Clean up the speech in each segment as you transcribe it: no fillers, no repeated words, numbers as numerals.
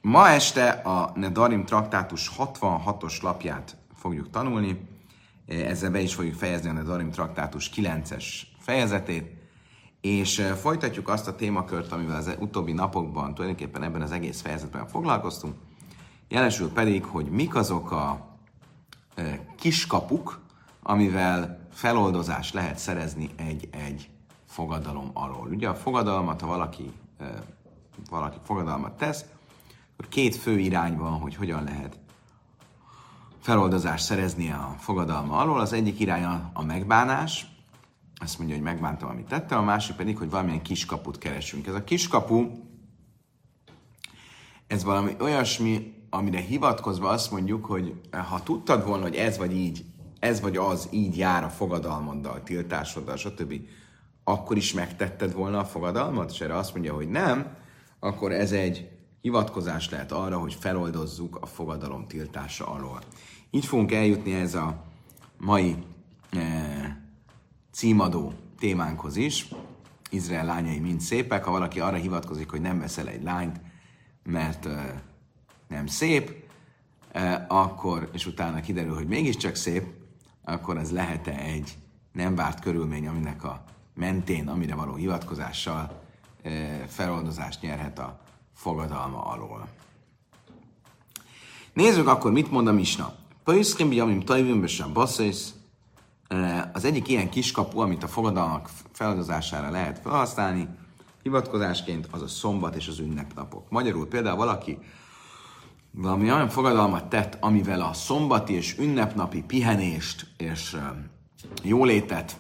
Ma este a Nedarim traktátus 66-os lapját fogjuk tanulni, ezzel be is fogjuk fejezni a Nedarim traktátus 9-es fejezetét, és folytatjuk azt a témakört, amivel az utóbbi napokban, tulajdonképpen ebben az egész fejezetben foglalkoztunk, jelesül pedig, hogy mik azok a kiskapuk, amivel feloldozást lehet szerezni egy fogadalom alól. Ugye a fogadalmat, ha valaki fogadalmat tesz, akkor két fő irány van, hogy hogyan lehet feloldozást szerezni a fogadalma alól. Az egyik irány a megbánás, azt mondja, hogy megbántam, amit tettem, a másik pedig, hogy valamilyen kiskaput keresünk. Ez a kiskapu, ez valami olyasmi, amire hivatkozva azt mondjuk, hogy ha tudtad volna, hogy ez vagy az így jár a fogadalmaddal, tiltásoddal, stb., akkor is megtetted volna a fogadalmat, és erre azt mondja, hogy nem, akkor ez egy hivatkozás lehet arra, hogy feloldozzuk a fogadalom tiltása alól. Így fogunk eljutni ez a mai címadó témánkhoz is. Izrael lányai mind szépek. Ha valaki arra hivatkozik, hogy nem veszel egy lányt, mert nem szép, akkor, és utána kiderül, hogy mégiscsak szép, akkor ez lehet-e egy nem várt körülmény, aminek a mentén, amire való hivatkozással feloldozást nyerhet a fogadalma alól. Nézzük akkor, mit mond a misna. Az egyik ilyen kiskapu, amit a fogadalmak feloldozására lehet felhasználni, hivatkozásként az a szombat és az ünnepnapok. Magyarul például valaki valami olyan fogadalmat tett, amivel a szombati és ünnepnapi pihenést és jólétet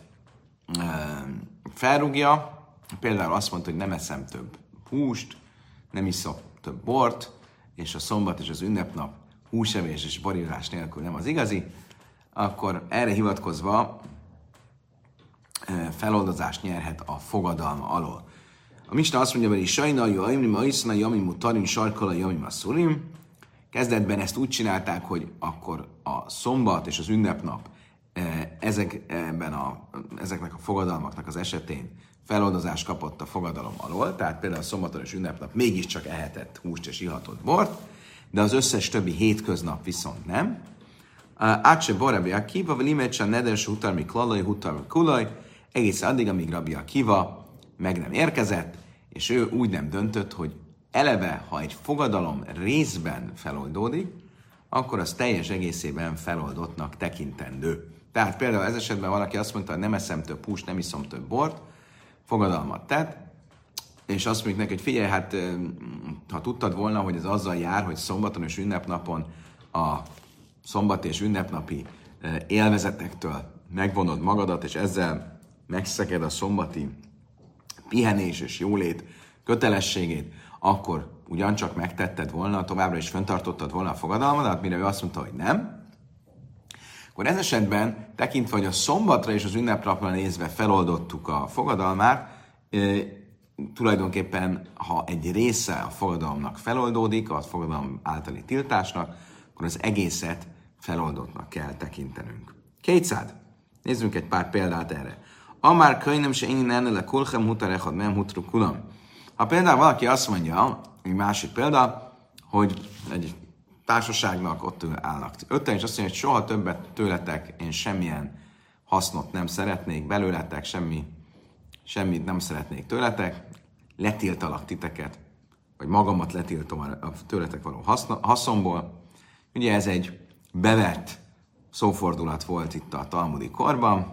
felrúgja. Például azt mondta, hogy nem eszem több húst, nem iszok több bort, és a szombat és az ünnepnap húsevés és borírás nélkül nem az igazi, akkor erre hivatkozva feloldozást nyerhet a fogadalma alól. A misna azt mondja, hogy sajna jaimim aiszna jamimu tarim sarkala jamim aszurim. Kezdetben ezt úgy csinálták, hogy akkor a szombat és az ünnepnap ezeknek a fogadalmaknak az esetén feloldozást kapott a fogadalom alól, tehát például a szombaton és ünnepnap mégiscsak ehetett húst és ihatott bort, de az összes többi hétköznap viszont nem. Átse Rabbi Akiva, vagy imecsen nederes hutarmi klalaj, hutarmi kulaj, egész addig, amíg Rabbi Akiva meg nem érkezett, és ő úgy nem döntött, hogy eleve, ha egy fogadalom részben feloldódik, akkor az teljes egészében feloldottnak tekintendő. Tehát például ez esetben valaki azt mondta, hogy nem eszem több húst, nem iszom több bort, fogadalmat tett, és azt mondjuk neki, hogy figyelj, hát ha tudtad volna, hogy ez azzal jár, hogy szombaton és ünnepnapon a szombati és ünnepnapi élvezetektől megvonod magadat, és ezzel megszeged a szombati pihenés és jólét kötelességét, akkor ugyancsak megtetted volna, továbbra is fenntartottad volna a fogadalmadat, mire ő azt mondta, hogy nem, akkor ez esetben, tekintve, hogy a szombatra és az ünnepnapra nézve feloldottuk a fogadalmát, tulajdonképpen, ha egy része a fogadalomnak feloldódik, a fogadalom általi tiltásnak, akkor az egészet feloldottnak kell tekintenünk. Kétszád. Nézzünk egy pár példát erre. Amár könyvem se én ennele kulchem hutarechad nem hutru kulam. Ha például valaki azt mondja, egy másik példa, hogy egy társaságnak ott állnak ötten, és azt mondja, hogy soha többet tőletek én semmilyen hasznot nem szeretnék belőletek, semmit nem szeretnék tőletek, letiltalak titeket, vagy magamat letiltom a tőletek való haszonból. Ugye ez egy bevett szófordulat volt itt a talmudi korban.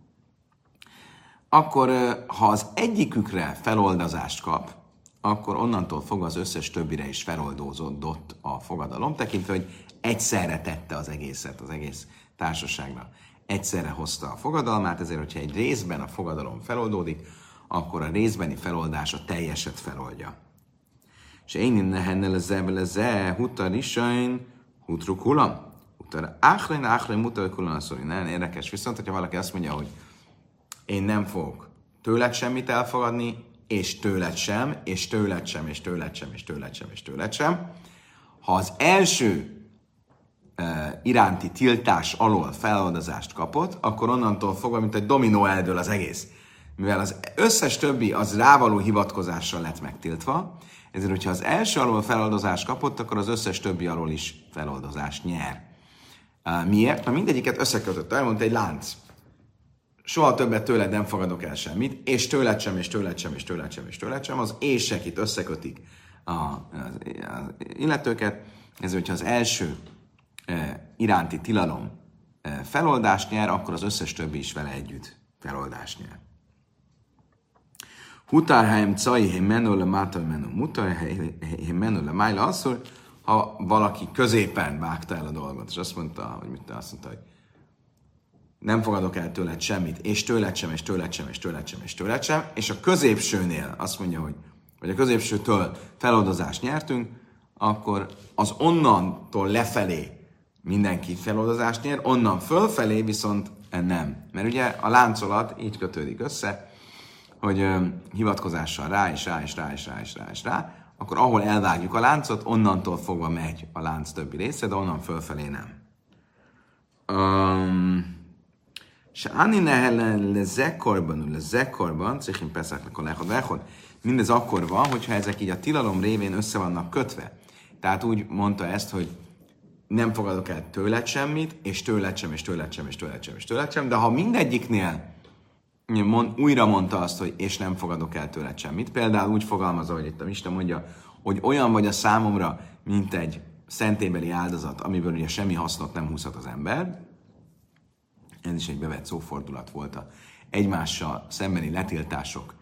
Akkor, ha az egyikükre feloldozást kap, akkor onnantól fogva az összes többire is feloldózódott a fogadalom, tekintve, hogy egyszerre tette az egészet, az egész társaságnak. Egyszerre hozta a fogadalmát, ezért, hogyha egy részben a fogadalom feloldódik, akkor a részbeni feloldás a teljeset feloldja. És én innen leze, hutar isain, hutruk hulam. Hutar áhrein, mutar kulan, szóval nagyon érdekes. Viszont, hogyha valaki azt mondja, hogy én nem fogok tőled semmit elfogadni, és tőled sem, és tőled sem, és tőled sem, és tőled sem, és tőled sem. Ha az első iránti tiltás alól feloldozást kapott, akkor onnantól fogva, mint egy dominó eldől az egész. mivel az összes többi az rávaló hivatkozással lett megtiltva, ezért, hogyha az első alól feloldozást kapott, akkor az összes többi alól is feloldozást nyer. Miért? Mert mindegyiket összekötött, elmondta egy lánc. Soha többet tőled nem fogadok el semmit, és tőled sem, és tőled sem, és tőled sem, és tőled sem. Az ések itt összekötik az illetőket. Ezért, hogyha az első iránti tilalom feloldást nyer, akkor az összes többi is vele együtt feloldást nyer. Hutarheim cajheim menőle mátal menő mutarheim menőle májla asszor, ha valaki középen vágta el a dolgot, és azt mondta, hogy nem fogadok el tőled semmit, és tőled sem, és tőled sem, és tőled sem, és tőled sem, és a középsőnél azt mondja, vagy a középsőtől feloldozást nyertünk, akkor az onnantól lefelé mindenki feloldozást nyer, onnan fölfelé viszont nem. Mert ugye a láncolat így kötődik össze, hogy hivatkozással rá, és rá, és rá, és rá, és rá, és rá, akkor ahol elvágjuk a láncot, onnantól fogva megy a lánc többi része, de onnan fölfelé nem. Se Ani nehelen lezekorban, cichim peszaknak a lehod. Mindez akkor van, hogyha ezek így a tilalom révén össze vannak kötve. Tehát úgy mondta ezt, hogy nem fogadok el tőled semmit, és tőled sem, és tőled sem, és tőled sem, és tőled sem, de ha mindegyiknél újra mondta azt, hogy és nem fogadok el tőled semmit, például úgy fogalmazza, hogy itt a Misna mondja, hogy olyan vagy a számomra, mint egy szentélybeli áldozat, amiből ugye semmi hasznot nem húzhat az ember. Ez is egy bevett szófordulat volt a egymással szembeni letiltások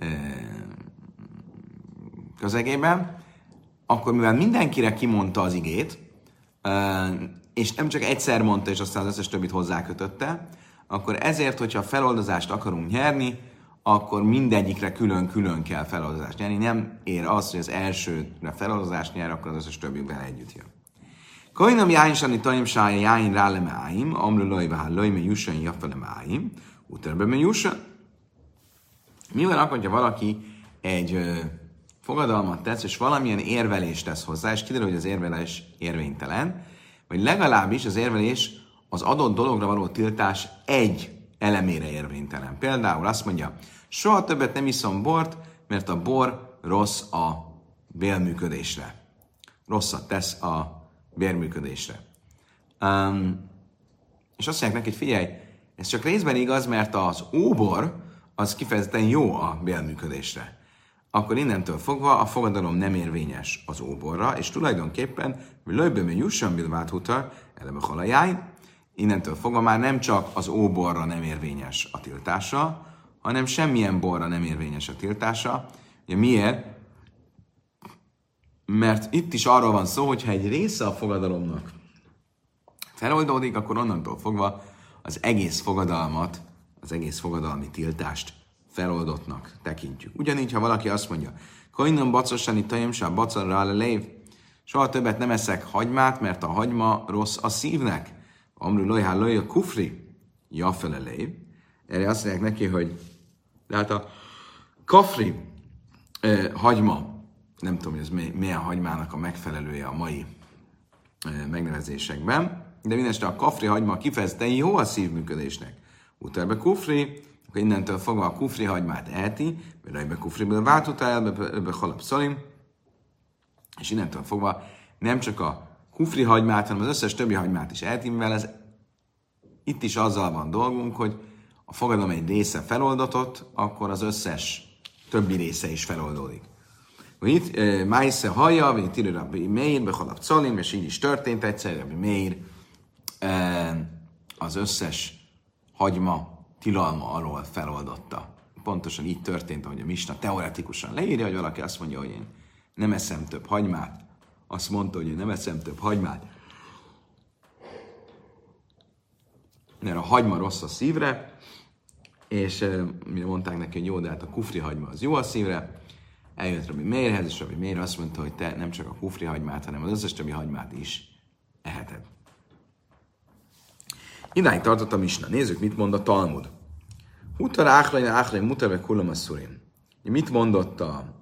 közegében. Akkor mivel mindenkire kimondta az igét, és nem csak egyszer mondta, és aztán az összes többit hozzákötötte, akkor ezért, hogyha feloldozást akarunk nyerni, akkor mindegyikre külön-külön kell feloldozást nyerni. Nem ér az, hogy az elsőre feloldozást nyer, akkor az összes többi vele együtt jön. Koinam jáinsani tajim sája jáin ráleme áim, amru lojvá lojme jussan jaffeleme áim, utána jussan. Mi van akkor, hogyha valaki egy fogadalmat tesz, és valamilyen érvelést tesz hozzá, és kiderül, hogy az érvelés érvénytelen, vagy legalábbis az érvelés az adott dologra való tiltás egy elemére érvénytelen. Például azt mondja, soha többet nem iszom bort, mert a bor rossz a bélműködésre. Rosszat tesz a bélműködésre. És azt mondják neki, hogy figyelj, ez csak részben igaz, mert az óbor az kifejezetten jó a bélműködésre. Akkor innentől fogva a fogadalom nem érvényes az óborra, és tulajdonképpen lőbömű jussan bilvát hutar, elebe halajáin, innentől fogva már nem csak az óborra nem érvényes a tiltása, hanem semmilyen borra nem érvényes a tiltása. Ugye miért? Mert itt is arról van szó, hogy ha egy része a fogadalomnak feloldódik, akkor onnantól fogva az egész fogadalmat, az egész fogadalmi tiltást feloldottnak tekintjük. Ugyanígy, ha valaki azt mondja, koinom bacosani tajemsá bacarra le lév, soha többet nem eszek hagymát, mert a hagyma rossz a szívnek. Amru lojhá lojja kufri, jafele lév. Erre azt mondják neki, hogy tehát a kafri hagyma, nem tudom, hogy ez milyen hagymának a megfelelője a mai megnevezésekben, de mindenesetre a kafri hagyma kifejezetten jó a szívműködésnek. Utána kufri, akkor innentől fogva a kufri hagymát eheti, mert kufriből vált utána, ebbe halap szalim, és innentől fogva nem csak a kufri hagymát, hanem az összes többi hagymát is eheti, mivel ez itt is azzal van dolgunk, hogy a fogadalom egy része feloldatott, akkor az összes többi része is feloldódik. Itt Májsze hallja, vagy itt Rabbi Meir, behalap szalim, és így is történt egyszer, Rabbi Meir az összes hagyma tilalma alól feloldotta. Pontosan így történt, ahogy a Misna teoretikusan leírja, hogy valaki azt mondja, hogy én nem eszem több hagymát. Azt mondta, hogy én nem eszem több hagymát, mert a hagyma rossz a szívre, és mire mondták neki, hogy jó, de hát a kufri hagyma az jó a szívre, eljött Rabbi Meirhez, és Rabbi Meir azt mondta, hogy te nem csak a kufri hagymát, hanem az összes többi hagymát is eheted. Idáig tartott a Misna. Nézzük, mit mond a Talmud. Hutar áchlain mutarve kullam a szurim. Mit mondott a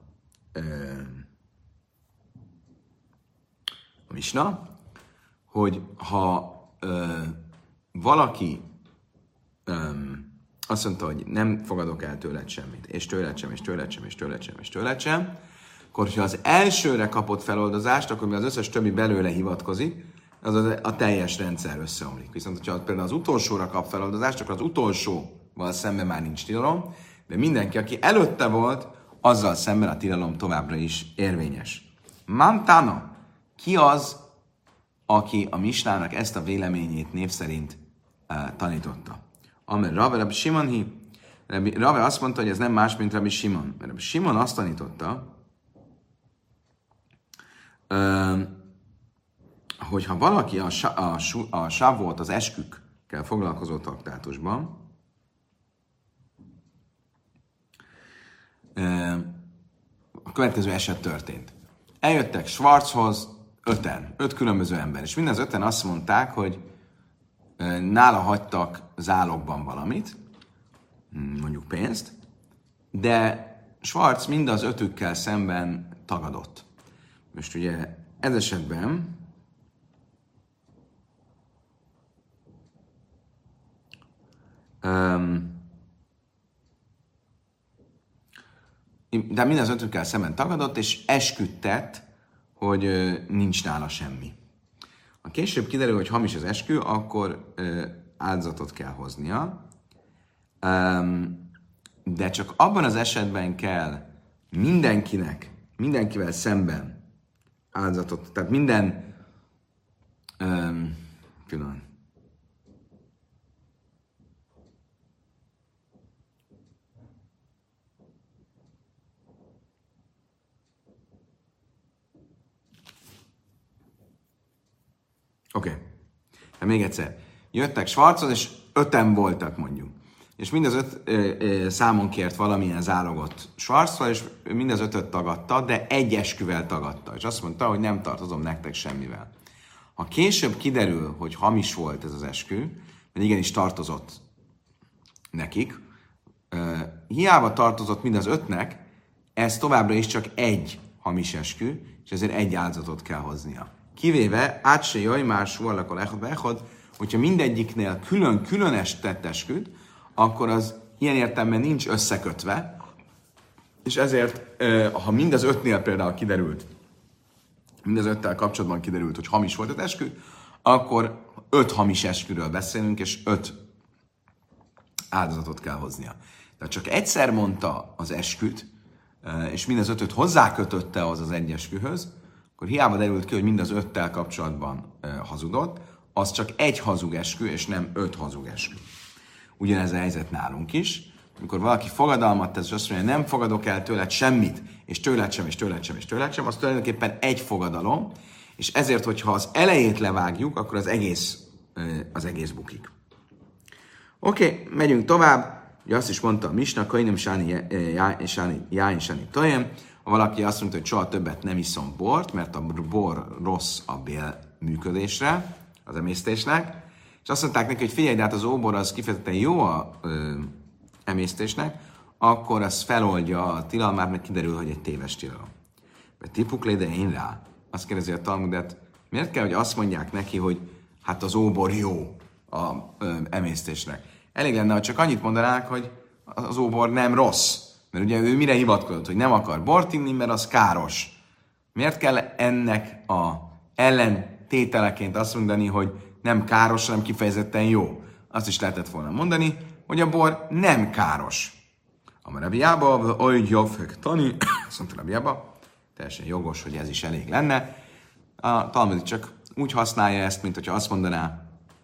Misna? Hogy ha valaki azt mondta, hogy nem fogadok el tőled semmit, és tőled sem, és tőled sem, és tőled sem, és tőled sem, akkor, hogyha az elsőre kapott feloldozást, akkor az összes többi belőle hivatkozik, az a teljes rendszer összeomlik. Viszont, hogyha például az utolsóra kap feloldozást, akkor az utolsóval szemben már nincs tilalom, de mindenki, aki előtte volt, azzal szemben a tilalom továbbra is érvényes. Mantana, ki az, aki a Misnának ezt a véleményét név szerint tanította? Amer Rabbi Simonhi, Rabbi azt mondta, hogy ez nem más, mint Rabbi Simon. Rabbi Simon azt tanította, hogyha valaki a Shavuot, az eskükkel foglalkozó traktátusban, a következő eset történt. Eljöttek Schwarzhoz 5 különböző ember, és mind az 5 azt mondták, hogy nála hagytak zálogban valamit, mondjuk pénzt, de Schwarz mind az 5-ükkel szemben tagadott. Most ugye ez esetben de mind az 5-ükkel szemben tagadott, és esküdt, hogy nincs nála semmi. Ha később kiderül, hogy hamis az eskü, akkor áldozatot kell hoznia. De csak abban az esetben kell mindenkivel szemben áldozatot, tehát minden külön. Oké. Még egyszer. Jöttek Schwarzhoz, és 5-en voltak mondjuk. És mind az 5 számon kért valamilyen zálogot Schwarzval, és mind az 5-öt tagadta, de egy esküvel tagadta. És azt mondta, hogy nem tartozom nektek semmivel. Ha később kiderül, hogy hamis volt ez az eskü, mert igenis tartozott nekik, hiába tartozott mind az 5-nek, ez továbbra is csak egy hamis eskü, és ezért egy áldozatot kell hoznia. Kivéve, átse jaj, már suarlakol echod, hogyha mindegyiknél külön-különes tett esküt, akkor az ilyen értelemben nincs összekötve, és ezért, ha mind az 5-nél például kiderült, mind az 5-tel kapcsolatban kiderült, hogy hamis volt az eskü, akkor 5 hamis esküről beszélünk, és 5 áldozatot kell hoznia. De csak egyszer mondta az esküt, és mind az 5-öt hozzákötötte az egy eskühöz, akkor hiába derült ki, hogy mind az 5-tel kapcsolatban hazudott, az csak egy hazug eskü, és nem 5 hazug eskü. Ugyanez a helyzet nálunk is. Amikor valaki fogadalmat tesz, és azt mondja, nem fogadok el tőled semmit, és tőled sem, és tőled sem, és tőled sem, az tulajdonképpen egy fogadalom, és ezért, hogyha az elejét levágjuk, akkor az egész bukik. Oké, megyünk tovább. Ugye azt is mondta a Misna, Kainem Sáni Jáin Sáni Tojem, ha valaki azt mondta, hogy soha többet nem iszom bort, mert a bor rossz a bél működésre, az emésztésnek, és azt mondták neki, hogy figyelj, de hát az óbor az kifejezetten jó a emésztésnek, akkor az feloldja a tilalmát, mert kiderül, hogy egy téves tilalom. Mert tipuk de én rá. Azt kérdezi a Talmudet, miért kell, hogy azt mondják neki, hogy hát az óbor jó a emésztésnek. Elég lenne, ha csak annyit mondanák, hogy az óbor nem rossz. Mert ugye ő mire hivatkozott, hogy nem akar bort inni, mert az káros. Miért kell ennek a ellentételeként azt mondani, hogy nem káros, hanem kifejezetten jó? Azt is lehetett volna mondani, hogy a bor nem káros. A Rabbiába, hogy javfek tani, azt mondta Rabbiába, teljesen jogos, hogy ez is elég lenne. A Talmud csak úgy használja ezt, mint hogyha azt mondaná,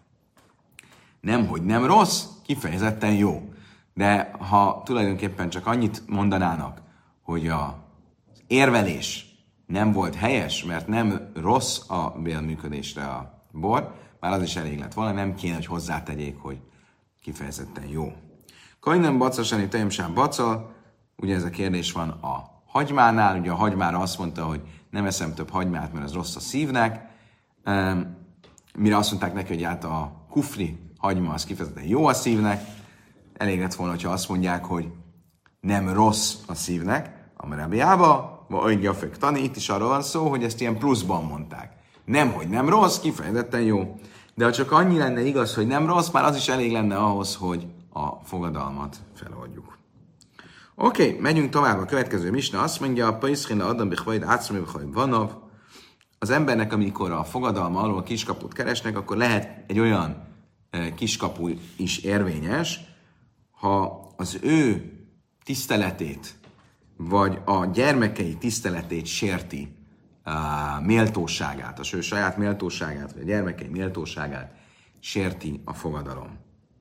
nem, hogy nem rossz, kifejezetten jó. De ha tulajdonképpen csak annyit mondanának, hogy az érvelés nem volt helyes, mert nem rossz a bélműködésre a bor, már az is elég lett volna, nem kéne, hogy hozzátegyék, hogy kifejezetten jó. Kajnem bacasani tejemsán bacal, ugye ez a kérdés van a hagymánál, ugye a hagymára azt mondta, hogy nem eszem több hagymát, mert az rossz a szívnek, mire azt mondták neki, hogy hát a kufri hagyma az kifejezetten jó a szívnek, elég lett volna, hogyha azt mondják, hogy nem rossz a szívnek, a Rabbiába, vagy Jafek tani, itt is arról van szó, hogy ezt ilyen pluszban mondták. Nem, hogy nem rossz, kifejezetten jó. De ha csak annyi lenne igaz, hogy nem rossz, már az is elég lenne ahhoz, hogy a fogadalmat feloldjuk. Oké, megyünk tovább. A következő misna azt mondja, a Paiszchina Adam Bichvaid Átszami Bichvaid Vanav. Az embernek, amikor a fogadalma alól kiskaput keresnek, akkor lehet egy olyan kiskapu is érvényes, ha az ő tiszteletét, vagy a gyermekei tiszteletét sérti, méltóságát, az ő saját méltóságát, vagy a gyermekei méltóságát sérti a fogadalom.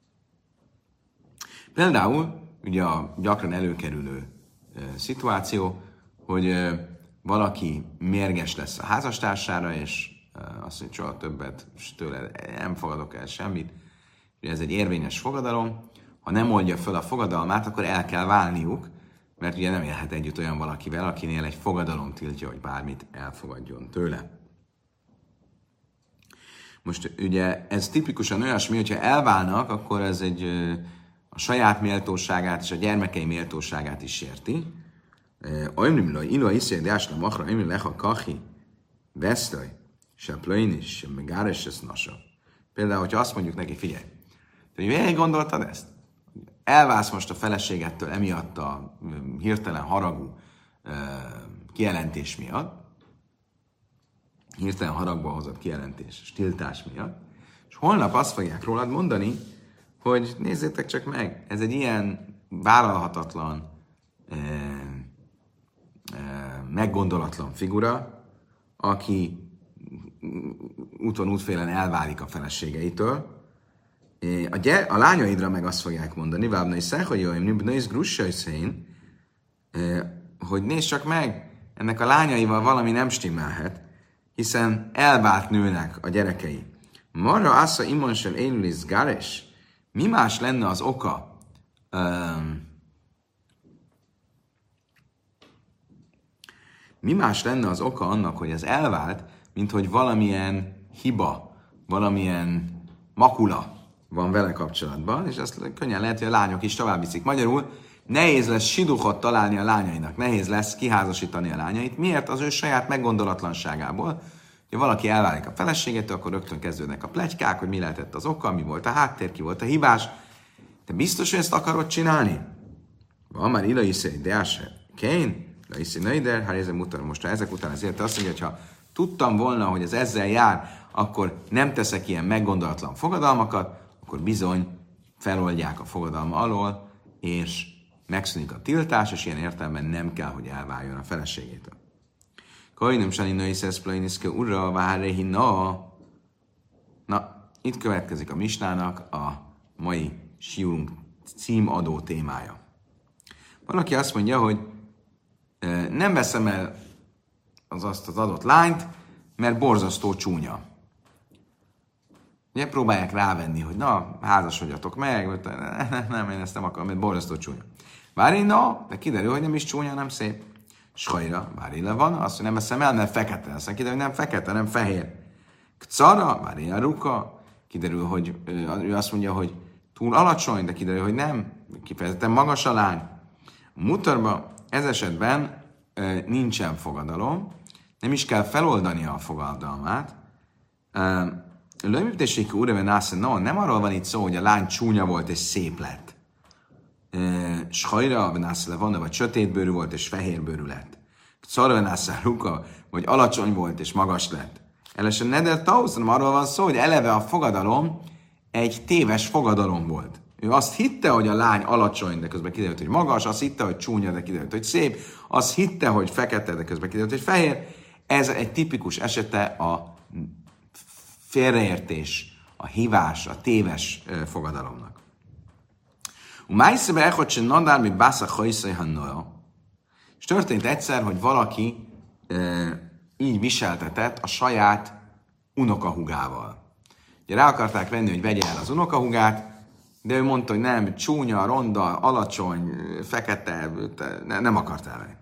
Például, ugye a gyakran előkerülő szituáció, hogy valaki mérges lesz a házastársára, és azt mondja, soha többet tőle nem fogadok el semmit. Ugye ez egy érvényes fogadalom. Ha nem oldja fel a fogadalmát, akkor el kell válniuk, mert ugye nem élhet együtt olyan valakivel, akinél egy fogadalom tiltja, hogy bármit elfogadjon tőle. Most ugye ez tipikusan olyasmi, hogyha elválnak, akkor ez a saját méltóságát és a gyermekei méltóságát is sérti. Ilo iszér deásna machra, imri leha kachi, vesztaj, se plöjnis, se megáres, se nasa. Például, hogyha azt mondjuk neki, figyelj, te végig gondoltad ezt? Elválsz most a feleségettől emiatt a hirtelen haragú kijelentés miatt, hirtelen haragba hozott kijelentés és tiltás miatt, és holnap azt fogják rólad mondani, hogy nézzétek csak meg, ez egy ilyen vállalhatatlan, meggondolatlan figura, aki úton útfélen elválik a feleségeitől. A lányaidra meg azt fogják mondani, hogy nézd csak meg, ennek a lányaival valami nem stimmelhet, hiszen elvált nőnek a gyerekei. Marra assza imonsel énulis gares, mi más lenne az oka? Mi más lenne az oka annak, hogy ez elvált, mint hogy valamilyen hiba, valamilyen makula van vele kapcsolatban, és azt könnyen lehet, hogy a lányok is tovább viszik. Magyarul nehéz lesz siduchot találni a lányainak, nehéz lesz kiházasítani a lányait. Miért? Az ő saját meggondolatlanságából. Ha valaki elválik a feleségétől, akkor rögtön kezdődnek a pletykák, hogy mi lehetett az oka, mi volt a háttér, ki volt a hibás. Te biztos, hogy ezt akarod csinálni? Van már ila iszai deáse kén, ila iszai naider, hát ezzel mutatom most ezek után azért azt mondja, hogy ha tudtam volna, hogy ez ezzel jár, akkor nem teszek ilyen meggondolatlan fogadalmakat, akkor bizony feloldják a fogadalma alól, és megszűnik a tiltás, és ilyen értelemben nem kell, hogy elváljon a feleségétől. Kajnum saninai szeszplainiszke urra várehi Na, itt következik a misnának a mai siurunk címadó témája. Valaki azt mondja, hogy nem veszem el azt az adott lányt, mert borzasztó csúnya. Ugye próbálják rávenni, hogy na, házasodjatok meg, nem, én ezt nem akarom, mert borzasztó csúnya. Várj, de kiderül, hogy nem is csúnya, nem szép. Sajra, várj, van, azt, hogy nem veszem el, mert fekete. Aztán kiderül, hogy nem fekete, nem fehér. Kcara, várj, a ruka, kiderül, hogy ő azt mondja, hogy túl alacsony, de kiderül, hogy nem, kifejezetten magas a lány. Mutarba ez esetben nincsen fogadalom, nem is kell feloldania a fogadalmát. Lőműtéséki úröven no, nem arról van itt szó, hogy a lány csúnya volt és szép lett. Sajra benászle van, vagy sötétbőrű volt és fehérbőrű lett. Szarra benászle ruka, vagy alacsony volt és magas lett. Elesen Neder Tausz, nem arról van szó, hogy eleve a fogadalom egy téves fogadalom volt. Ő azt hitte, hogy a lány alacsony, de közben kiderült, hogy magas, azt hitte, hogy csúnya, de kiderült, hogy szép, azt hitte, hogy fekete, de közben kiderült, hogy fehér. Ez egy tipikus esete a félreértés, a hívás, a téves fogadalomnak. És történt egyszer, hogy valaki így viseltetett a saját unokahugával. Ugye rá akarták venni, hogy vegye el az unokahugát, de ő mondta, hogy nem, csúnya, ronda, alacsony, fekete, nem akart elvenni.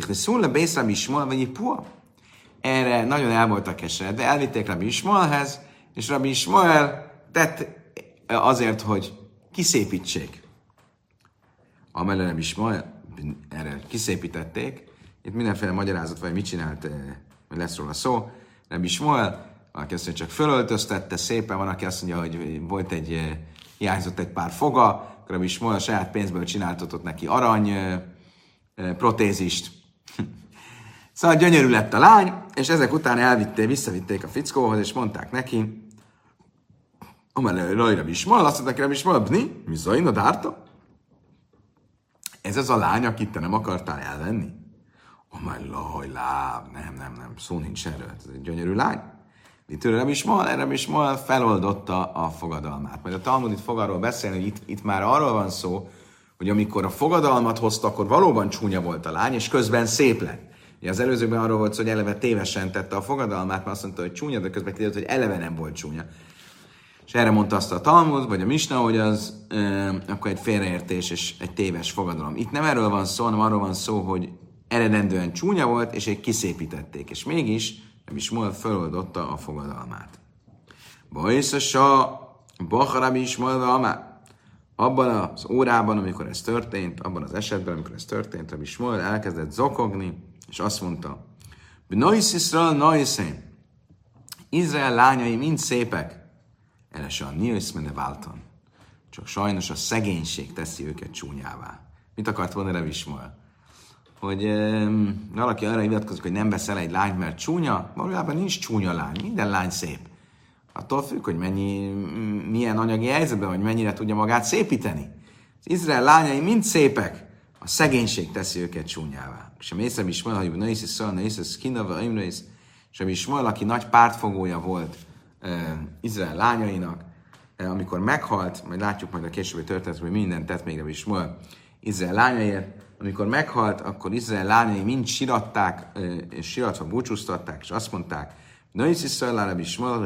Erre nagyon el voltak keseredve, de elvitték Rabbi Ismaelhez, és Rabbi Ismael tett azért, hogy kiszépítsék. Amellett Rabbi Ismael, erre kiszépítették, itt mindenféle magyarázat, vagy mit csinált, hogy lesz róla szó. Rabbi Ismael, valaki azt mondja, csak fölöltöztette szépen, van, aki azt mondja, hogy volt hiányzott egy pár foga, akkor Rabbi Ismael a saját pénzből csináltatott neki arany protézist. Szóval gyönyörű lett a lány, és ezek után visszavitték a fickóhoz, és mondták neki, Rabbi Ismael, azt mondták, Rabbi Ismael, bni, mi zajna dárta? Ez az a lány, akit te nem akartál elvenni? Nem, szó nincs erről, ez egy gyönyörű lány. Mitől Rabbi Ismael feloldotta a fogadalmát. Majd a Talmud itt fog arról beszélni, hogy itt már arról van szó, hogy amikor a fogadalmat hozta, akkor valóban csúnya volt a lány, és közben szép lett. Ugye az előzőben arról volt szó, hogy eleve tévesen tette a fogadalmát, mert azt mondta, hogy csúnya, de közben kiderült, hogy eleve nem volt csúnya. És erre mondta azt a Talmud, vagy a Misna, hogy az akkor egy félreértés és egy téves fogadalom. Itt nem erről van szó, hanem arról van szó, hogy eredendően csúnya volt, és kiszépítették. És mégis Rabbi Ismael feloldotta a fogadalmát. Rabbi Ismael abban az órában, amikor ez történt, abban az esetben, amikor ez történt, Rabbi Ismael elkezdett zokogni, és azt mondta, B'nois Yisrael noiszén, Izrael lányai mind szépek, elese a niosz mene váltan. Csak sajnos a szegénység teszi őket csúnyává. Mit akart volna Rabbi Ismael? Hogy valaki arra hivatkozik, hogy nem veszel egy lányt, mert csúnya, valójában nincs csúnya lány, minden lány szép. Attól függ, hogy milyen anyagi helyzetben, hogy mennyire tudja magát szépíteni. Az Izrael lányai mind szépek, a szegénység teszi őket csúnyává. És a Rabbi Ismael, hogy Naisz Iszal, Naisz Iszkinava, Imrész, és Rabbi Ismael, aki nagy pártfogója volt Izrael lányainak, amikor meghalt, majd látjuk majd a későbbi történetben, hogy mindent tett még Rabbi Ismael Izrael lányaiért, amikor meghalt, akkor Izrael lányai mind siratták, és siratva búcsúztatták, és azt mondták, Naisz Iszal, Rabbi Ismael,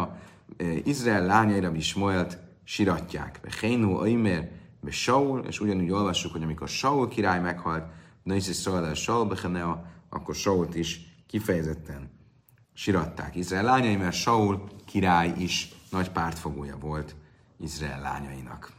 Izrael lányai Rabbi Ismaelt siratják. Hénu, Aimer, be Saul, és ugyanúgy olvassuk, hogy amikor Saul király meghalt, Naisz Iszal, Saul, Bechenea, akkor Sault is kifejezetten siratták Izrael lányai, mert Saul király is nagy pártfogója volt Izrael lányainak.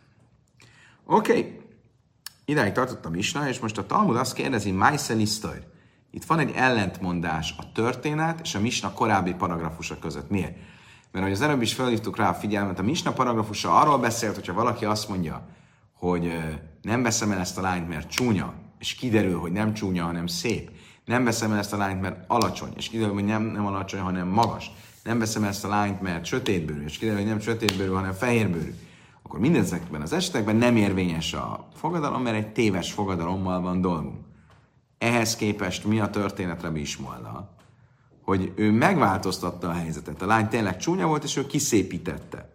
Oké. Idáig tartott a Misna, és most a Talmud azt kérdezi, Májszel Isztajr. Itt van egy ellentmondás a történet és a Misna korábbi paragrafusa között. Miért? Mert ahogy az előbb is felhívtuk rá a figyelmet, a Misna paragrafusa arról beszélt, hogyha valaki azt mondja, hogy nem veszem el ezt a lányt, mert csúnya, és kiderül, hogy nem csúnya, hanem szép. Nem veszem el ezt a lányt, mert alacsony, és kiderül, hogy nem alacsony, hanem magas. Nem veszem el ezt a lányt, mert sötétbőrű, és kiderül, hogy nem sötétbőrű, hanem fehérbőrű. Akkor mindezekben az esetekben nem érvényes a fogadalom, mert egy téves fogadalommal van dolgunk. Ehhez képest mi a történet Rabbi Ismaellal? Hogy ő megváltoztatta a helyzetet. A lány tényleg csúnya volt, és ő kiszépítette.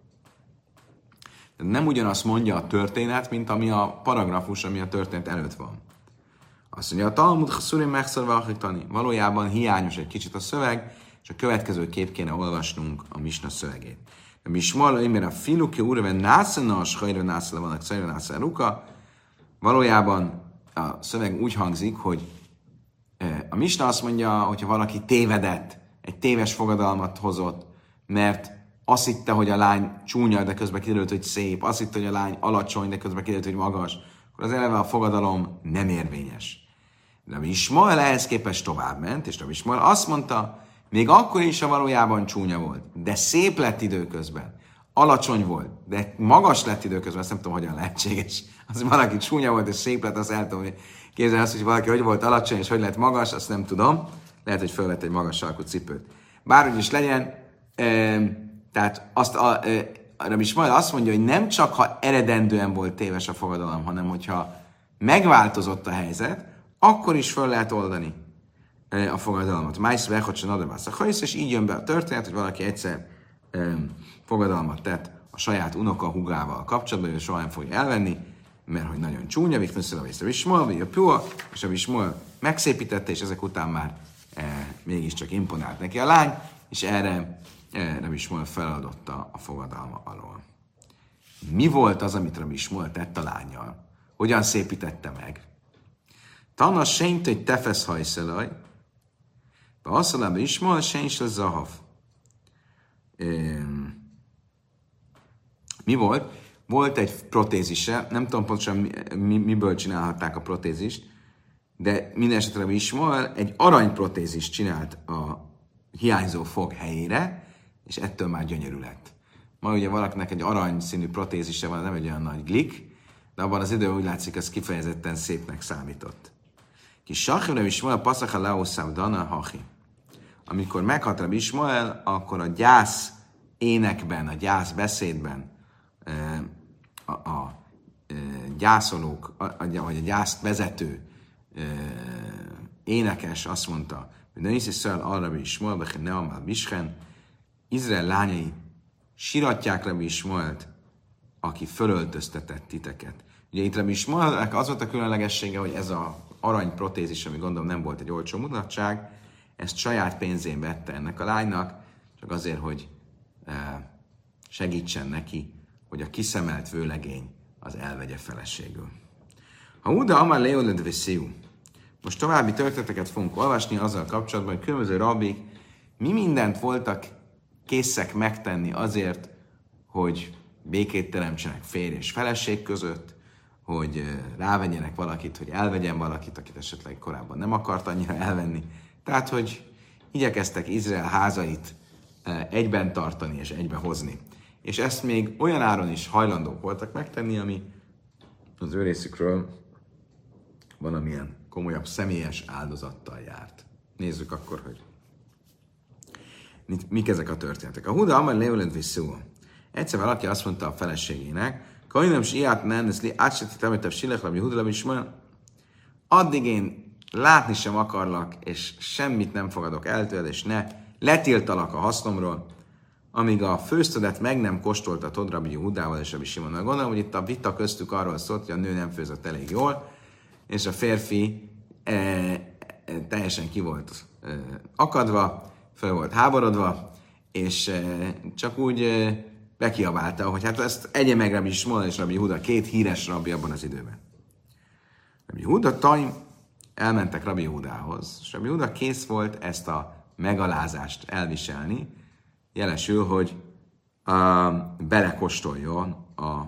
Nem ugyanazt mondja a történet, mint ami a paragrafus, ami a történet előtt van. Azt mondja, a Talmud Chaszurim megszorvalhítani. Valójában hiányos egy kicsit a szöveg, és a következő kép kéne olvasnunk a Misna szövegét. A Mismala, mert a filuki úrven nászana, a skajra nászala vannak, szajra nászala ruka. Valójában a szöveg úgy hangzik, hogy a Misna azt mondja, hogyha valaki tévedett, egy téves fogadalmat hozott, mert azt hitte, hogy a lány csúnya, de közben kiderült, hogy szép, azt hitte, hogy a lány alacsony, de közben kiderült, hogy magas, akkor az eleve a fogadalom nem érvényes. De Rabbi Ismael ehhez képest továbbment, és Rabbi Ismael azt mondta, még akkor is, ha valójában csúnya volt, de szép lett időközben, alacsony volt, de magas lett időközben, azt nem tudom, hogyan lehetséges. Az, hogy valaki csúnya volt és szép lett, azt el tudom képzelni, azt, hogy valaki hogy volt alacsony és hogy lett magas, azt nem tudom. Lehet, hogy fölvett egy magas sarkú cipőt. Bárhogy is legyen, tehát Rabbi Ismael azt mondja, hogy nem csak ha eredendően volt téves a fogadalom, hanem hogyha megváltozott a helyzet, akkor is föl lehet oldani a fogadalmat. Májsz vechocsan adavász a hajsz, és így jön be a történet, hogy valaki egyszer fogadalmat tett a saját unoka húgával kapcsolatban, hogy soha nem fogja elvenni, mert hogy nagyon csúnya, Viknuszel a Rabbi Ismael, vagy a Pua, és Rabbi Ismael megszépítette, és ezek után már mégiscsak imponált neki a lány, és erre Rabbi Ismael feloldotta a fogadalma alól. Mi volt az, amit Rabbi Ismael tett a lánnyal? Hogyan szépítette meg? Tana sényt egy tefesz hajszelaj, Ba'aszalában Ismael sénysel zahav. Mi volt? Volt egy protézise, nem tudom pontosan miből csinálhatták a protézist, de minden esetre Ismael egy aranyprotézist csinált a hiányzó fog helyére, és ettől már gyönyörű lett. Ma ugye valakinek egy arany színű protézise van, nem egy olyan nagy glik, de abban az időben úgy látszik, ez kifejezetten szépnek számított. Ki Sachim Ismael Pasach Leoszám Dana Hachi. Amikor meghalt Rabbi Ismael, akkor a gyász énekben, a gyász beszédben a gyászolók, vagy a gyászt vezető énekes azt mondta, hogy Neis Israel al-Rabbi Ismael, Bechen Neamál Bischen, Izrael lányai siratják Rabbi Ismaelt, aki fölöltöztetett titeket. Ugye itt Rabbi Ismaelnek az volt a különlegessége, hogy ez az arany protézis, ami gondolom nem volt egy olcsó mulatság, ezt saját pénzén vette ennek a lánynak, csak azért, hogy segítsen neki, hogy a kiszemelt vőlegény az elvegye feleségül. Ha Uda Amar Leoled Vesziu. Most további történeteket fogunk olvasni azzal kapcsolatban, hogy különböző rabbik mi mindent voltak készek megtenni azért, hogy békét teremtsenek férj és feleség között, hogy rávegyenek valakit, hogy elvegyen valakit, akit esetleg korábban nem akart annyira elvenni. Tehát, hogy igyekeztek Izrael házait egyben tartani és egybe hozni. És ezt még olyan áron is hajlandók voltak megtenni, ami az ő részükről valamilyen komolyabb személyes áldozattal járt. Nézzük akkor, hogy mik ezek a történetek. A Huda Amar Leoled Visszú. Egyszer valaki azt mondta a feleségének, Kajnam s iát nendeszli, átseti temetebb silek, Rabbi Huda is mondja, addig én látni sem akarlak, és semmit nem fogadok el tőled, és ne letiltalak a hasznomról, amíg a főztödet meg nem kóstoltatod Rabbi Hudával és Rabbi Simonnal. Gondolom, hogy itt a vita köztük arról szólt, hogy a nő nem főzött elég jól, és a férfi teljesen ki volt akadva, fel volt háborodva, és csak úgy bekiabálta, hogy hát ezt egye meg Rabbi Simon és Rabbi Huda, két híres rabbi abban az időben. Rabbi Huda Taim elmentek Rabbi Hudához, és Rabbi Huda kész volt ezt a megalázást elviselni, jelesül, hogy belekóstoljon a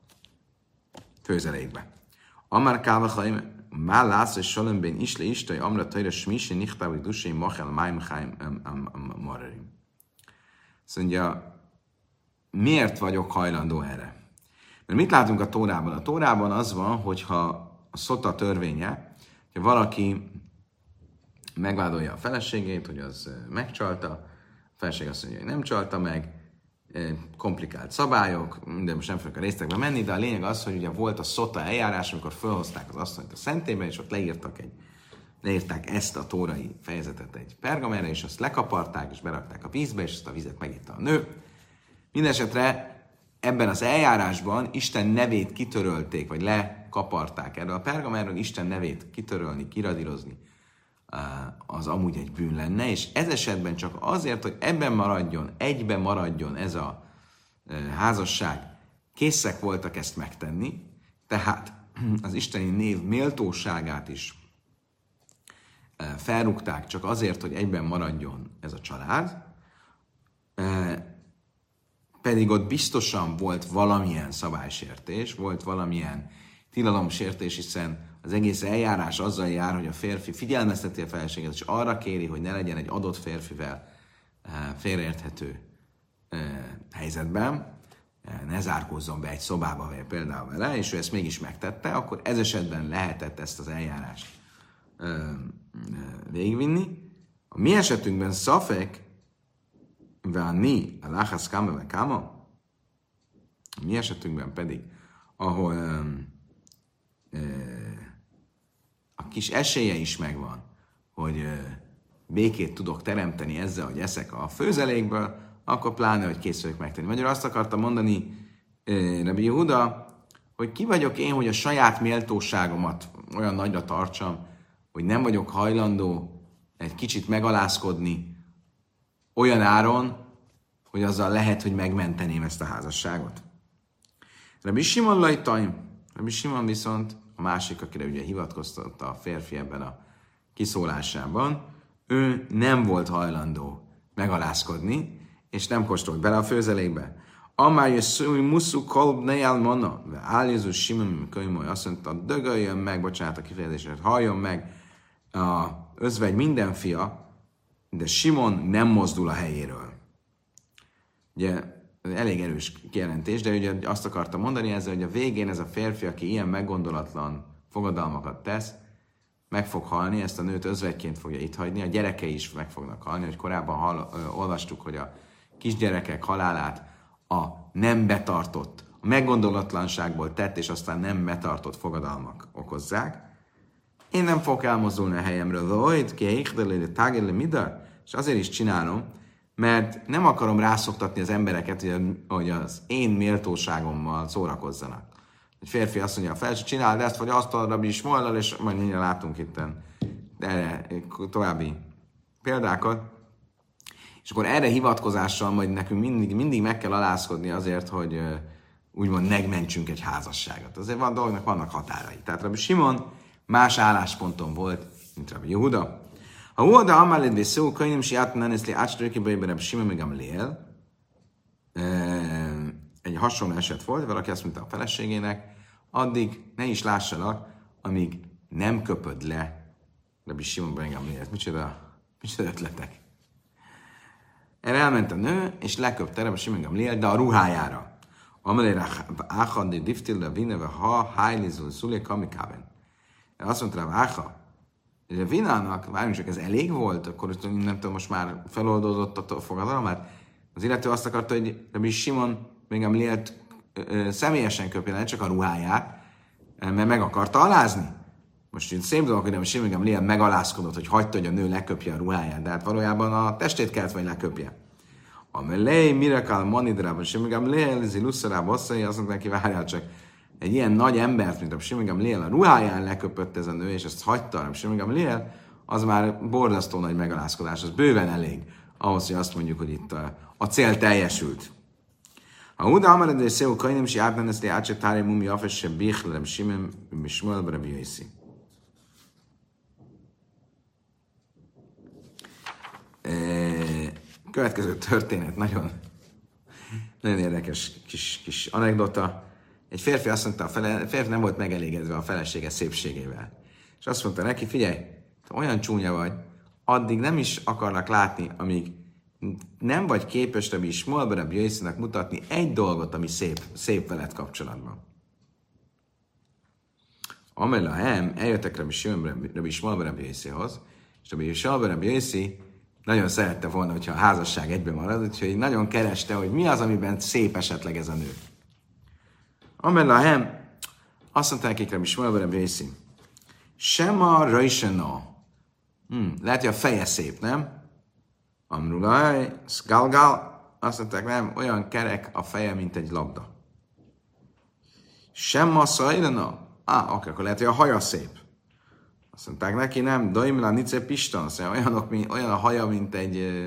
főzelékbe. Amár Kálvachaim, már látsz, hogy Salomben isle istai, amra tajra smisi, nichtávik dusai, machel, májmchaim, mararim. Azt mondja, miért vagyok hajlandó erre? Mert mit látunk a Tórában? A Tórában az van, hogyha a szota törvénye, hogy valaki megvádolja a feleségét, hogy az megcsalta, a feleség azt mondja, hogy nem csalta meg, komplikált szabályok, de most nem fogok a részletekbe menni, de a lényeg az, hogy ugye volt a szota eljárás, amikor felhozták az asszonyt a szentélybe, és ott leírták ezt a tórai fejezetet egy pergamenre, és azt lekaparták, és berakták a vízbe, és azt a vizet megitta a nő. Mindenesetre ebben az eljárásban Isten nevét kitörölték, vagy lekaparták erről a pergamenről, Isten nevét kitörölni, kiradírozni, az amúgy egy bűn lenne, és ez esetben csak azért, hogy egyben maradjon ez a házasság, készek voltak ezt megtenni, tehát az isteni név méltóságát is felrúgták csak azért, hogy egyben maradjon ez a család, pedig ott biztosan volt valamilyen szabálysértés, volt valamilyen tilalomsértés, hiszen az egész eljárás azzal jár, hogy a férfi figyelmezteti a feleséget, és arra kéri, hogy ne legyen egy adott férfivel félreérthető helyzetben, ne zárkózzon be egy szobába például vele, és ő ezt mégis megtette, akkor ez esetben lehetett ezt az eljárást végigvinni. A mi esetünkben szafek, vani a láhász káma, káma, a mi esetünkben pedig, ahol a kis esélye is megvan, hogy békét tudok teremteni ezzel, hogy eszek a főzelékből, akkor pláne, hogy kész vagyok megtenni. Magyarul azt akartam mondani Rabbi Yehuda, hogy ki vagyok én, hogy a saját méltóságomat olyan nagyra tartsam, hogy nem vagyok hajlandó egy kicsit megalázkodni olyan áron, hogy azzal lehet, hogy megmenteném ezt a házasságot. Rabbi Simon lajtaim. Rabbi Simon viszont a másik, akire ugye hivatkoztatta a férfi ebben a kiszólásában, ő nem volt hajlandó megalázkodni, és nem kóstolt bele a főzelékbe. Amár jösszúj muszú kolb nejál mana, ve álljézus Simon könyvmoly, azt mondta, dögöljön meg, bocsánat a kifejezésre, halljon meg a özvegy minden fia, de Simon nem mozdul a helyéről. Ugye elég erős kijelentés, de ugye azt akartam mondani ezzel, hogy a végén ez a férfi, aki ilyen meggondolatlan fogadalmakat tesz, meg fog halni, ezt a nőt özvegyként fogja itt hagyni, a gyerekei is meg fognak halni, hogy korábban olvastuk, hogy a kisgyerekek halálát a nem betartott, a meggondolatlanságból tett, és aztán nem betartott fogadalmak okozzák. Én nem fogok elmozdulni a helyemről, és azért is csinálom, mert nem akarom rászoktatni az embereket, hogy az én méltóságommal szórakozzanak. Egy férfi azt mondja, felső csináld ezt, vagy azt a Rabbi Ismoellel, és majd mindjárt látunk itt erre további példákat. És akkor erre hivatkozással majd nekünk mindig meg kell alázkodni azért, hogy úgymond megmentsünk egy házasságot. Azért van dolgoknak vannak határai. Tehát Rabbi Simon más állásponton volt, mint Rabbi Yehuda. Ha Yehuda amaled vészó, könyvöm si átmeneszli átströkéből Rabbi Simon még Gamliel. Egy hasonló eset volt, valaki azt mondta a feleségének, addig ne is lássanak, amíg nem köpöd le Rabbi Simon ben Gamlielt. Micsoda ötletek. Erre elment a nő, és leköpte Rabbi Simon Gamlielt, de a ruhájára. Amelére áhadni diftilde vineve ha hájlizul szulé kamikáben. Azt mondta Rabbi Áha, hogy a vinának, várjunk csak, ez elég volt, akkor innentől most már feloldódott a fogadalom, mert az illető azt akarta, hogy Rabbi Simon ben Gamlielt személyesen köpje le, csak a ruháját, mert meg akarta alázni. Most így szép dolog, hogy Rabbi Simon ben Gamliel megalázkodott, hogy hagyta, hogy a nő leköpje a ruháját, de hát valójában a testét kellett, vagy leköpje. Amelé, mirakál manidra, Rabbi Simon ben Gamliel, zilusszará basszai, azt mondta neki, várjál csak, egy ilyen nagy embert, mint Rabbi Simon ben Gamliel, a ruháján leköpött ez a nő, és ezt hagyta Rabbi Simon ben Gamliel, az már borzasztó nagy megalázkodás, az bőven elég ahhoz, hogy azt mondjuk, hogy itt a cél teljesült. Ha Uda amarad, hogy szél kajnim, si átmeneszti átsetári mumi afes se bichl, Rabbi Simon mismuel, Rabbi Yossi. Következő történet, nagyon érdekes kis anekdota. Egy férfi azt mondta, férfi nem volt megelégedve a felesége szépségével. És azt mondta neki, figyelj, te olyan csúnya vagy, addig nem is akarlak látni, amíg nem vagy képes Rabbi Ismoel Rabbi Yossinak mutatni egy dolgot, ami szép veled kapcsolatban. Amelahem eljöttek Rabbi Ismoel Rabbi Yossihoz, és Rabbi Ismoel Rabbi Yossi nagyon szerette volna, hogyha a házasság egyben marad, úgyhogy nagyon kereste, hogy mi az, amiben szép esetleg ez a nő. Amelahem azt mondta nekik Rabbi Ismoel Rabbi Yossi, Sema Rajsena. Lehet, hogy a feje szép, nem? Amrulaj, szgalgal, azt mondták, nem, olyan kerek a feje, mint egy labda. Semma szajrana, akkor lehet, hogy a haja szép. Azt mondták neki, nem, daimla nice pistan, azt mondja, olyan a haja, mint egy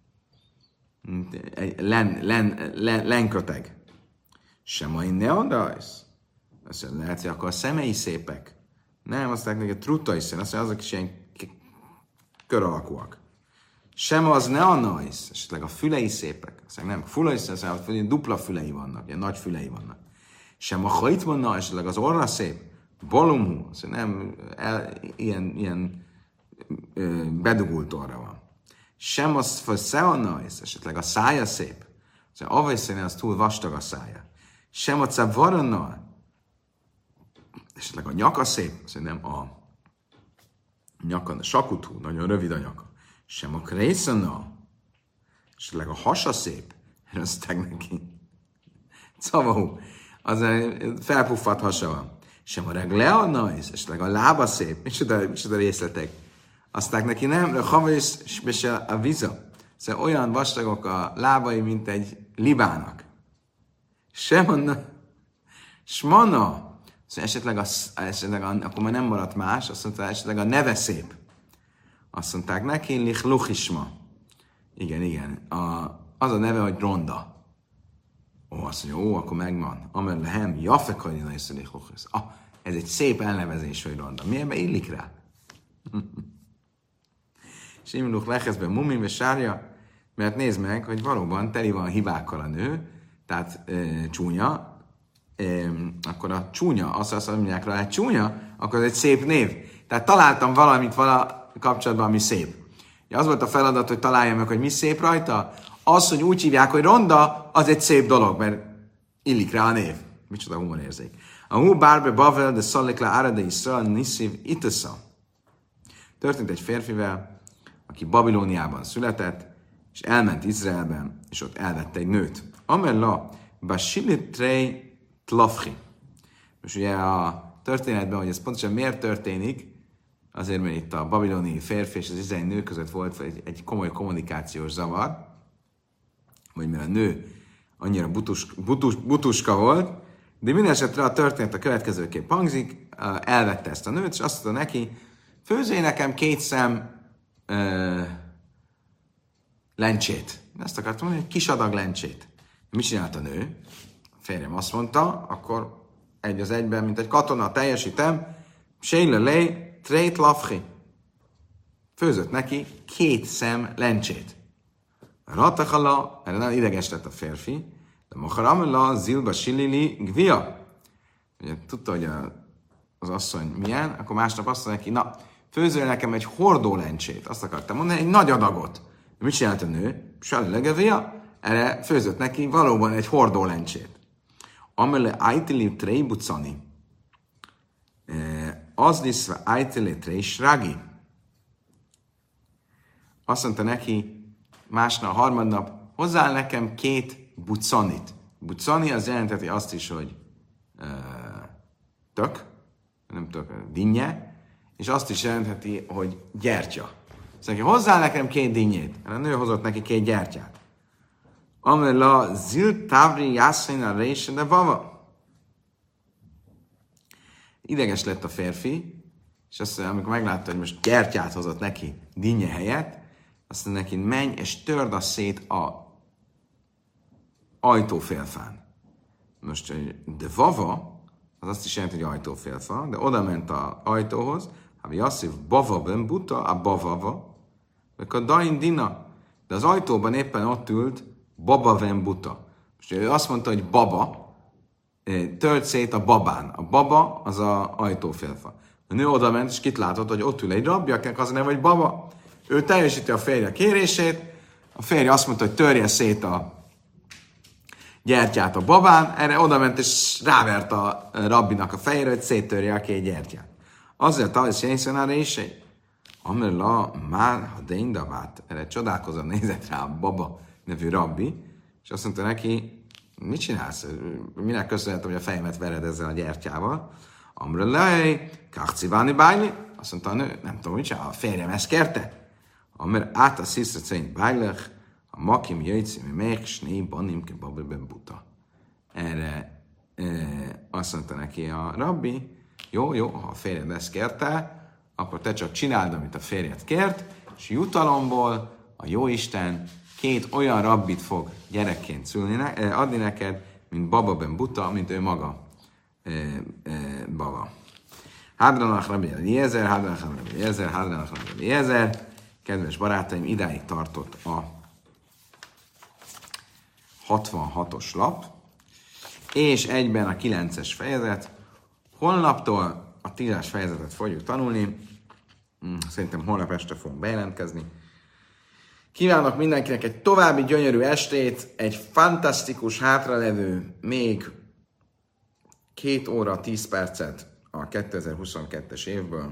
lenköteg. Semma neodajsz. Azt mondja, lehet, hogy akkor a szemei szépek. Nem, azt mondták neki, truta is szép, azt mondja, azok is ilyen kör alakúak. Sem az ne a najsz, esetleg a fülei szépek. Aztán nem, fülei szépek, ilyen dupla fülei vannak, ilyen nagy fülei vannak. Sem a hajtmonna, esetleg az orra szép, balumú, aztán nem, ilyen bedugult orra van. Sem az a najsz, esetleg a szája szép. Aztán avajszene, az túl vastag a szája. Sem a cavarana, esetleg a nyaka szép, aztán nem a nyaka, a sakutú, nagyon rövid a nyaka. Sem a krészana, esetleg a hasa szép, röztek neki. Szavahú, az felpuffadt hasa van. Sem a reglea najsz, esetleg a lába szép, micsoda részletek. Aztán neki nem, havész spesel a víza. Szóval olyan vastagok a lábai, mint egy libának. Sem a smana, szóval esetleg akkor már nem maradt más, azt mondta, esetleg a neve szép. Azt mondták neki, Lichluchisma. Igen. Az a neve, hogy Ronda. Azt mondja, akkor megvan. Amer lehem, Jafekajnina és Lichluchis. Ez egy szép elnevezés, hogy Ronda. Milyenbe illik rá? Simluch lechezben mumim és sárja, mert nézd meg, hogy valóban teli van hibákkal a nő, tehát csúnya, akkor a csúnya, azt mondják rá, hogy csúnya, akkor ez egy szép név. Tehát találtam valamit kapcsolatban, ami szép. Ja, az volt a feladat, hogy találjam meg, hogy mi szép rajta. Az, hogy úgy hívják, hogy ronda, az egy szép dolog, mert illik rá a név. Micsoda humorérzék. A hu bárbe bavel, de szallik le árade Iszrael niszív itasza. Történt egy férfivel, aki Babilóniában született, és elment Izraelben, és ott elvette egy nőt. Amella basilitrei tlafchi. Most ugye a történetben, hogy ez pontosan miért történik, azért, mert itt a babiloni férfi és az izraeli nő között volt egy komoly kommunikációs zavar, vagy mert a nő annyira butuska volt, de minden esetre a történet a következőképp hangzik, elvette ezt a nőt, és azt mondta neki, főzzél nekem 2 szem lencsét. Ezt akartam mondani, egy kis adag lencsét. Mit csinált a nő? A férjem azt mondta, akkor egy az egyben, mint egy katona teljesítem, Séle lej, trét lafchi. Főzött neki 2 szem lencsét. Ratakala, erre nagyon ideges lett a férfi, de mocharamela zilba silili gvia. Ugye tudta, hogy az asszony milyen, akkor másnap azt mondja neki, na, főzöl nekem egy hordó lencsét. Azt akartam mondani, egy nagy adagot. De mit csinált a nő? Salile gvia, erre főzött neki valóban egy hordó lencsét. Amele ajtili trei bucani. Az liszve ajtili trei srági. Azt mondta neki másnap, harmadnap, hozzá nekem 2 bucanit. Bucani az jelenteti azt is, hogy tök, nem tök, dinnye, és azt is jelentheti, hogy gyertya. Szóval hozzá nekem 2 dinnyét. A nő hozott neki 2 gyertyát. Amela zil tavri jászén a résen de vava. Ideges lett a férfi, és azt mondja, amikor meglátta, hogy most gyertyát hozott neki dinnye helyett, azt mondja neki, menj és törd azt szét a ajtófélfán. Most, de vava, az azt is jelenti, hogy ajtófélfa, de oda ment az ajtóhoz, havi asszív bava ben buta, a bavava, vagy a dain dina, de az ajtóban éppen ott ült baba ben buta. Most ő azt mondta, hogy baba, tört szét a babán. A baba az az ajtófélfa. A nő oda ment, és kit látott, hogy ott ül egy rabbi, akinek az a neve, hogy baba. Ő teljesíti a férje kérését, a férje azt mondta, hogy törje szét a gyertyát a babán, erre oda ment és rávert a rabbinak a fejére, hogy széttörje a 2 gyertyát. Azért találsz jényszenára is egy. Amella már ha déndavát, erre csodálkozom, nézett rá a baba nevű rabbi, és azt mondta neki, mit csinálsz? Minek köszönhetem, hogy a fejemet vered ezzel a gyertyával? Amrelej, kachciváni bájli. Azt mondta a nő, nem tudom, mit csinál, a férjem ezt kérte. Amr át a sziszra szerint bájlech, a makim jöjtszi, mi még sné banim ke babben buta. Erre azt mondta neki a rabbi, jó, ha a férjed ezt kérte, akkor te csak csináld, amit a férjed kért, és jutalomból a Jóisten 2 olyan rabbit fog gyerekként adni neked, mint Baba ben Buta, mint ő maga Baba. Hádranach Rabbi Eliezer, Hádranach Rabbi Eliezer, Hádranach Rabbi Eliezer. Kedves barátaim, idáig tartott a 66-os lap, és egyben a 9-es fejezet. Holnaptól a 10-es fejezetet fogjuk tanulni. Szerintem holnap este fogunk bejelentkezni. Kívánok mindenkinek egy további gyönyörű estét, egy fantasztikus hátralevő, még 2 óra 10 percet a 2022-es évből.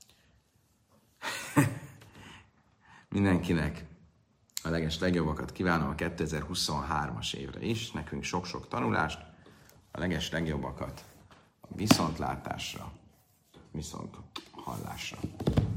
Mindenkinek a legjobbakat kívánom a 2023-as évre is, nekünk sok-sok tanulást, a legjobbakat a viszontlátásra, viszont hallásra.